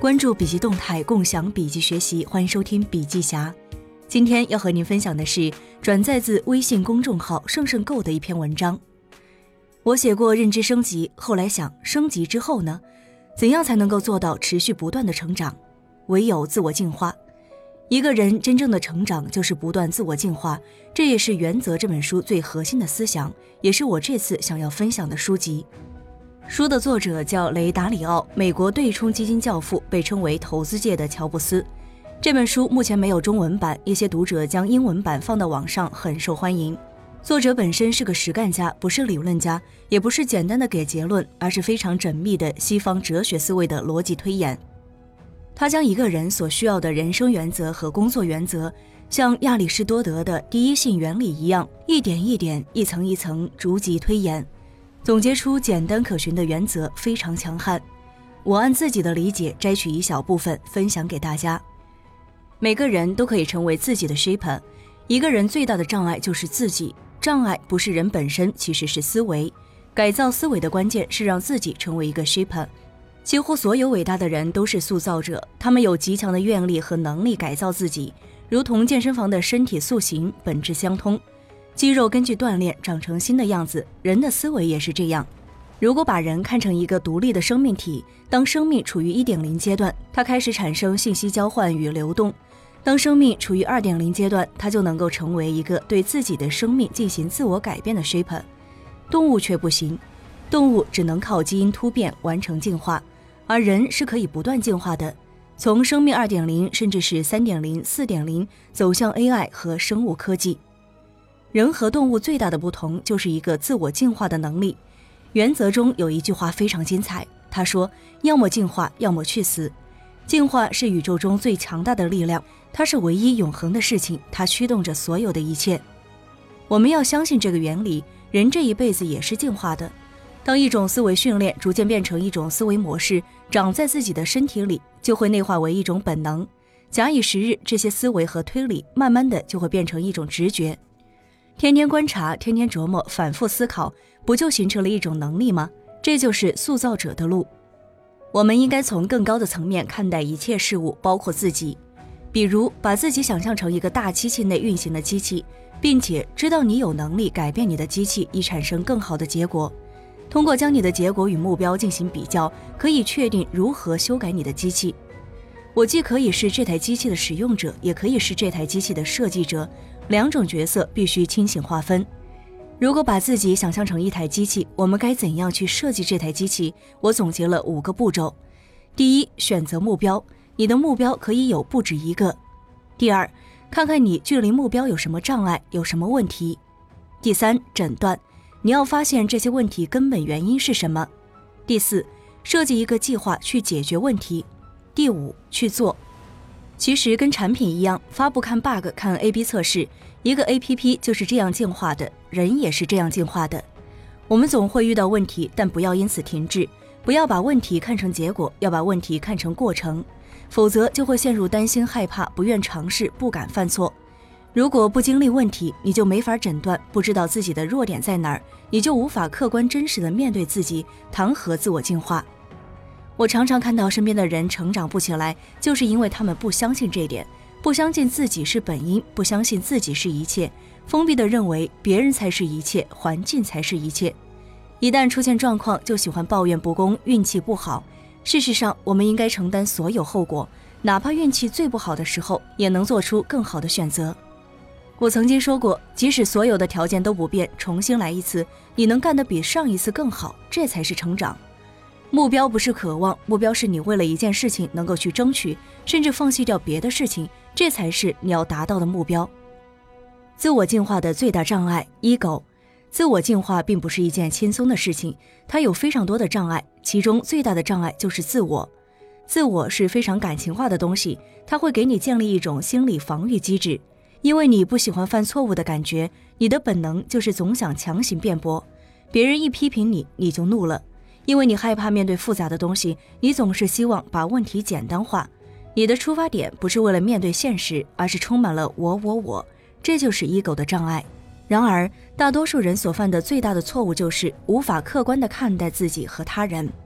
关注笔记动态，共享笔记学习，欢迎收听笔记侠。今天要和您分享的是转载自微信公众号胜胜购的一篇文章。我写过认知升级，后来想升级之后呢？怎样才能够做到持续不断的成长？唯有自我进化。一个人真正的成长就是不断自我进化，这也是《原则》这本书最核心的思想，也是我这次想要分享的书籍。书的作者叫雷达里奥，美国对冲基金教父，被称为投资界的乔布斯。这本书目前没有中文版，一些读者将英文版放到网上，很受欢迎。作者本身是个实干家，不是理论家，也不是简单的给结论，而是非常缜密的西方哲学思维的逻辑推演。他将一个人所需要的人生原则和工作原则，像亚里士多德的第一性原理一样，一点一点、一层一层逐级推演，总结出简单可循的原则，非常强悍。我按自己的理解摘取一小部分分享给大家。每个人都可以成为自己的 shaper， 一个人最大的障碍就是自己，障碍不是人本身，其实是思维。改造思维的关键是让自己成为一个 shaper。几乎所有伟大的人都是塑造者，他们有极强的愿力和能力改造自己，如同健身房的身体塑形本质相通。肌肉根据锻炼长成新的样子，人的思维也是这样。如果把人看成一个独立的生命体，当生命处于 1.0 阶段，它开始产生信息交换与流动；当生命处于 2.0 阶段，它就能够成为一个对自己的生命进行自我改变的 shaper。 动物却不行，动物只能靠基因突变完成进化，而人是可以不断进化的，从生命 2.0 甚至是 3.0、4.0 走向 AI 和生物科技。人和动物最大的不同就是一个自我进化的能力。原则中有一句话非常精彩，他说要么进化，要么去死。进化是宇宙中最强大的力量，它是唯一永恒的事情，它驱动着所有的一切。我们要相信这个原理，人这一辈子也是进化的。当一种思维训练逐渐变成一种思维模式，长在自己的身体里，就会内化为一种本能。假以时日，这些思维和推理慢慢的就会变成一种直觉。天天观察，天天琢磨，反复思考，不就形成了一种能力吗？这就是塑造者的路。我们应该从更高的层面看待一切事物，包括自己。比如把自己想象成一个大机器内运行的机器，并且知道你有能力改变你的机器，以产生更好的结果。通过将你的结果与目标进行比较，可以确定如何修改你的机器。我既可以是这台机器的使用者，也可以是这台机器的设计者，两种角色必须清醒划分。如果把自己想象成一台机器，我们该怎样去设计这台机器？我总结了5个步骤。第一，选择目标，你的目标可以有不止一个。第二，看看你距离目标有什么障碍，有什么问题。第三，诊断，你要发现这些问题根本原因是什么。第四，设计一个计划去解决问题。第五，去做。其实跟产品一样，发布看 bug 看 AB 测试，一个 APP 就是这样进化的，人也是这样进化的。我们总会遇到问题，但不要因此停滞，不要把问题看成结果，要把问题看成过程，否则就会陷入担心、害怕、不愿尝试、不敢犯错。如果不经历问题，你就没法诊断，不知道自己的弱点在哪儿，你就无法客观真实的面对自己，谈何自我进化。我常常看到身边的人成长不起来，就是因为他们不相信这点，不相信自己是本因，不相信自己是一切，封闭地认为别人才是一切，环境才是一切。一旦出现状况，就喜欢抱怨不公，运气不好。事实上，我们应该承担所有后果，哪怕运气最不好的时候，也能做出更好的选择。我曾经说过，即使所有的条件都不变，重新来一次，你能干得比上一次更好，这才是成长。目标不是渴望，目标是你为了一件事情能够去争取，甚至放弃掉别的事情，这才是你要达到的目标。自我进化的最大障碍 ego。 自我进化并不是一件轻松的事情，它有非常多的障碍，其中最大的障碍就是自我。自我是非常感情化的东西，它会给你建立一种心理防御机制，因为你不喜欢犯错误的感觉，你的本能就是总想强行辩驳，别人一批评你，你就怒了。因为你害怕面对复杂的东西，你总是希望把问题简单化。你的出发点不是为了面对现实，而是充满了我，这就是 ego 的障碍。然而，大多数人所犯的最大的错误就是无法客观地看待自己和他人。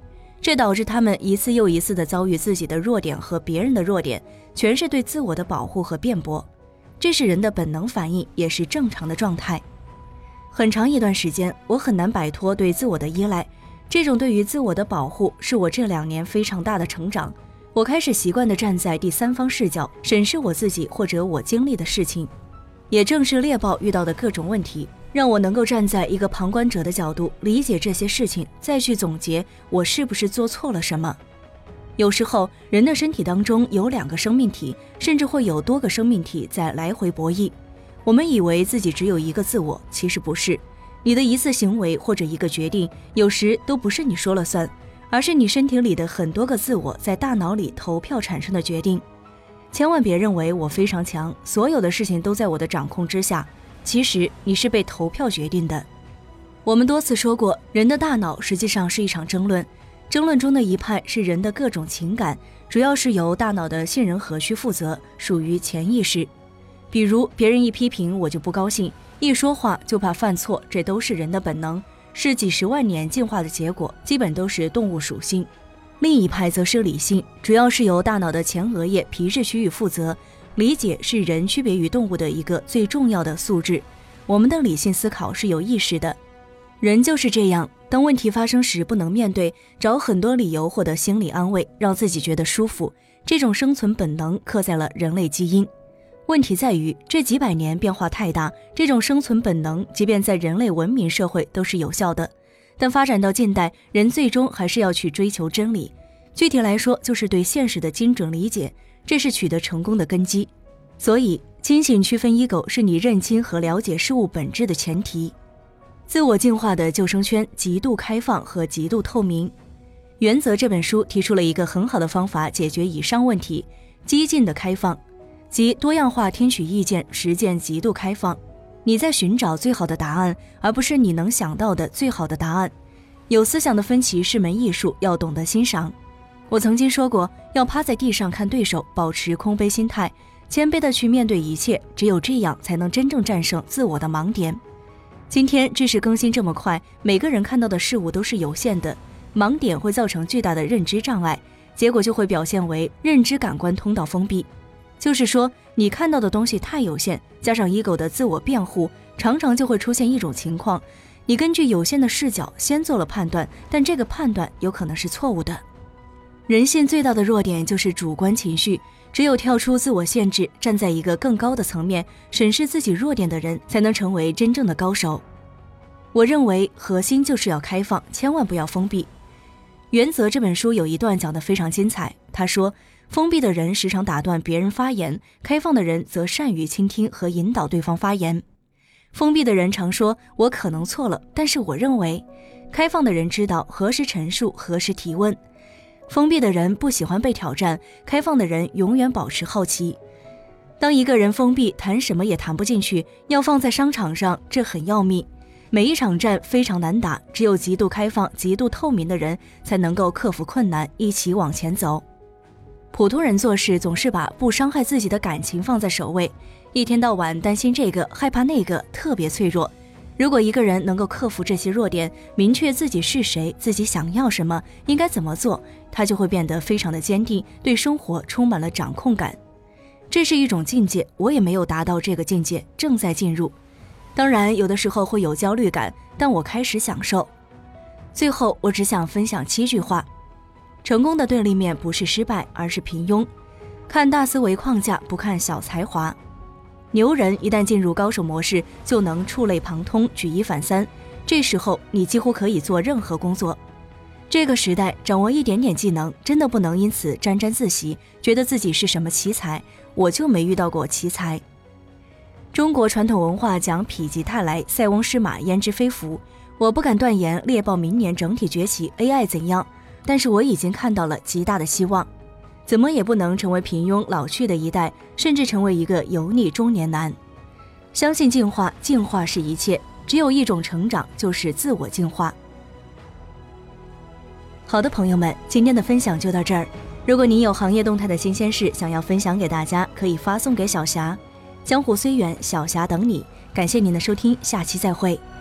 这导致他们一次又一次地遭遇自己的弱点和别人的弱点，全是对自我的保护和辩驳。这是人的本能反应，也是正常的状态。很长一段时间，我很难摆脱对自我的依赖，这种对于自我的保护是我这2年非常大的成长。我开始习惯地站在第三方视角审视我自己或者我经历的事情，也正是猎豹遇到的各种问题，让我能够站在一个旁观者的角度理解这些事情，再去总结我是不是做错了什么。有时候人的身体当中有2个生命体，甚至会有多个生命体在来回博弈。我们以为自己只有一个自我，其实不是。你的一次行为或者一个决定，有时都不是你说了算，而是你身体里的很多个自我在大脑里投票产生的决定。千万别认为我非常强，所有的事情都在我的掌控之下，其实你是被投票决定的。我们多次说过，人的大脑实际上是一场争论，争论中的一派是人的各种情感，主要是由大脑的杏仁核区负责，属于潜意识。比如别人一批评我就不高兴，一说话就怕犯错，这都是人的本能，是几十万年进化的结果，基本都是动物属性。另一派则是理性，主要是由大脑的前额叶皮质区域负责，理解是人区别于动物的一个最重要的素质。我们的理性思考是有意识的，人就是这样，当问题发生时不能面对，找很多理由获得心理安慰，让自己觉得舒服，这种生存本能刻在了人类基因。问题在于这几百年变化太大，这种生存本能即便在人类文明社会都是有效的，但发展到近代，人最终还是要去追求真理，具体来说就是对现实的精准理解，这是取得成功的根基。所以清醒区分 ego 是你认清和了解事物本质的前提。自我进化的救生圈极度开放和极度透明。原则这本书提出了一个很好的方法解决以上问题，激进的开放，即多样化听取意见，实践极度开放。你在寻找最好的答案，而不是你能想到的最好的答案。有思想的分歧是门艺术，要懂得欣赏。我曾经说过，要趴在地上看对手，保持空杯心态，谦卑地去面对一切，只有这样才能真正战胜自我的盲点。今天知识更新这么快，每个人看到的事物都是有限的，盲点会造成巨大的认知障碍，结果就会表现为认知感官通道封闭。就是说，你看到的东西太有限，加上 ego 的自我辩护，常常就会出现一种情况，你根据有限的视角先做了判断，但这个判断有可能是错误的。人性最大的弱点就是主观情绪，只有跳出自我限制，站在一个更高的层面审视自己弱点的人，才能成为真正的高手。我认为核心就是要开放，千万不要封闭。原则这本书有一段讲得非常精彩，他说，封闭的人时常打断别人发言，开放的人则善于倾听和引导对方发言。封闭的人常说我可能错了，但是我认为，开放的人知道何时陈述，何时提问。封闭的人不喜欢被挑战，开放的人永远保持好奇。当一个人封闭，谈什么也谈不进去，要放在商场上，这很要命。每一场战非常难打，只有极度开放、极度透明的人才能够克服困难，一起往前走。普通人做事总是把不伤害自己的感情放在首位，一天到晚担心这个，害怕那个，特别脆弱。如果一个人能够克服这些弱点，明确自己是谁，自己想要什么，应该怎么做，他就会变得非常的坚定，对生活充满了掌控感。这是一种境界，我也没有达到这个境界，正在进入。当然有的时候会有焦虑感，但我开始享受。最后我只想分享7句话。成功的对立面不是失败，而是平庸。看大思维框架，不看小才华。牛人一旦进入高手模式，就能触类旁通，举一反三，这时候你几乎可以做任何工作。这个时代掌握一点点技能，真的不能因此沾沾自喜，觉得自己是什么奇才，我就没遇到过奇才。中国传统文化讲否极泰来，塞翁失马焉知非福。我不敢断言猎豹明年整体崛起 AI 怎样，但是我已经看到了极大的希望。怎么也不能成为平庸老去的一代，甚至成为一个油腻中年男。相信进化，进化是一切，只有一种成长，就是自我进化。好的朋友们，今天的分享就到这儿。如果您有行业动态的新鲜事想要分享给大家，可以发送给小霞。江湖虽远，小霞等你。感谢您的收听，下期再会。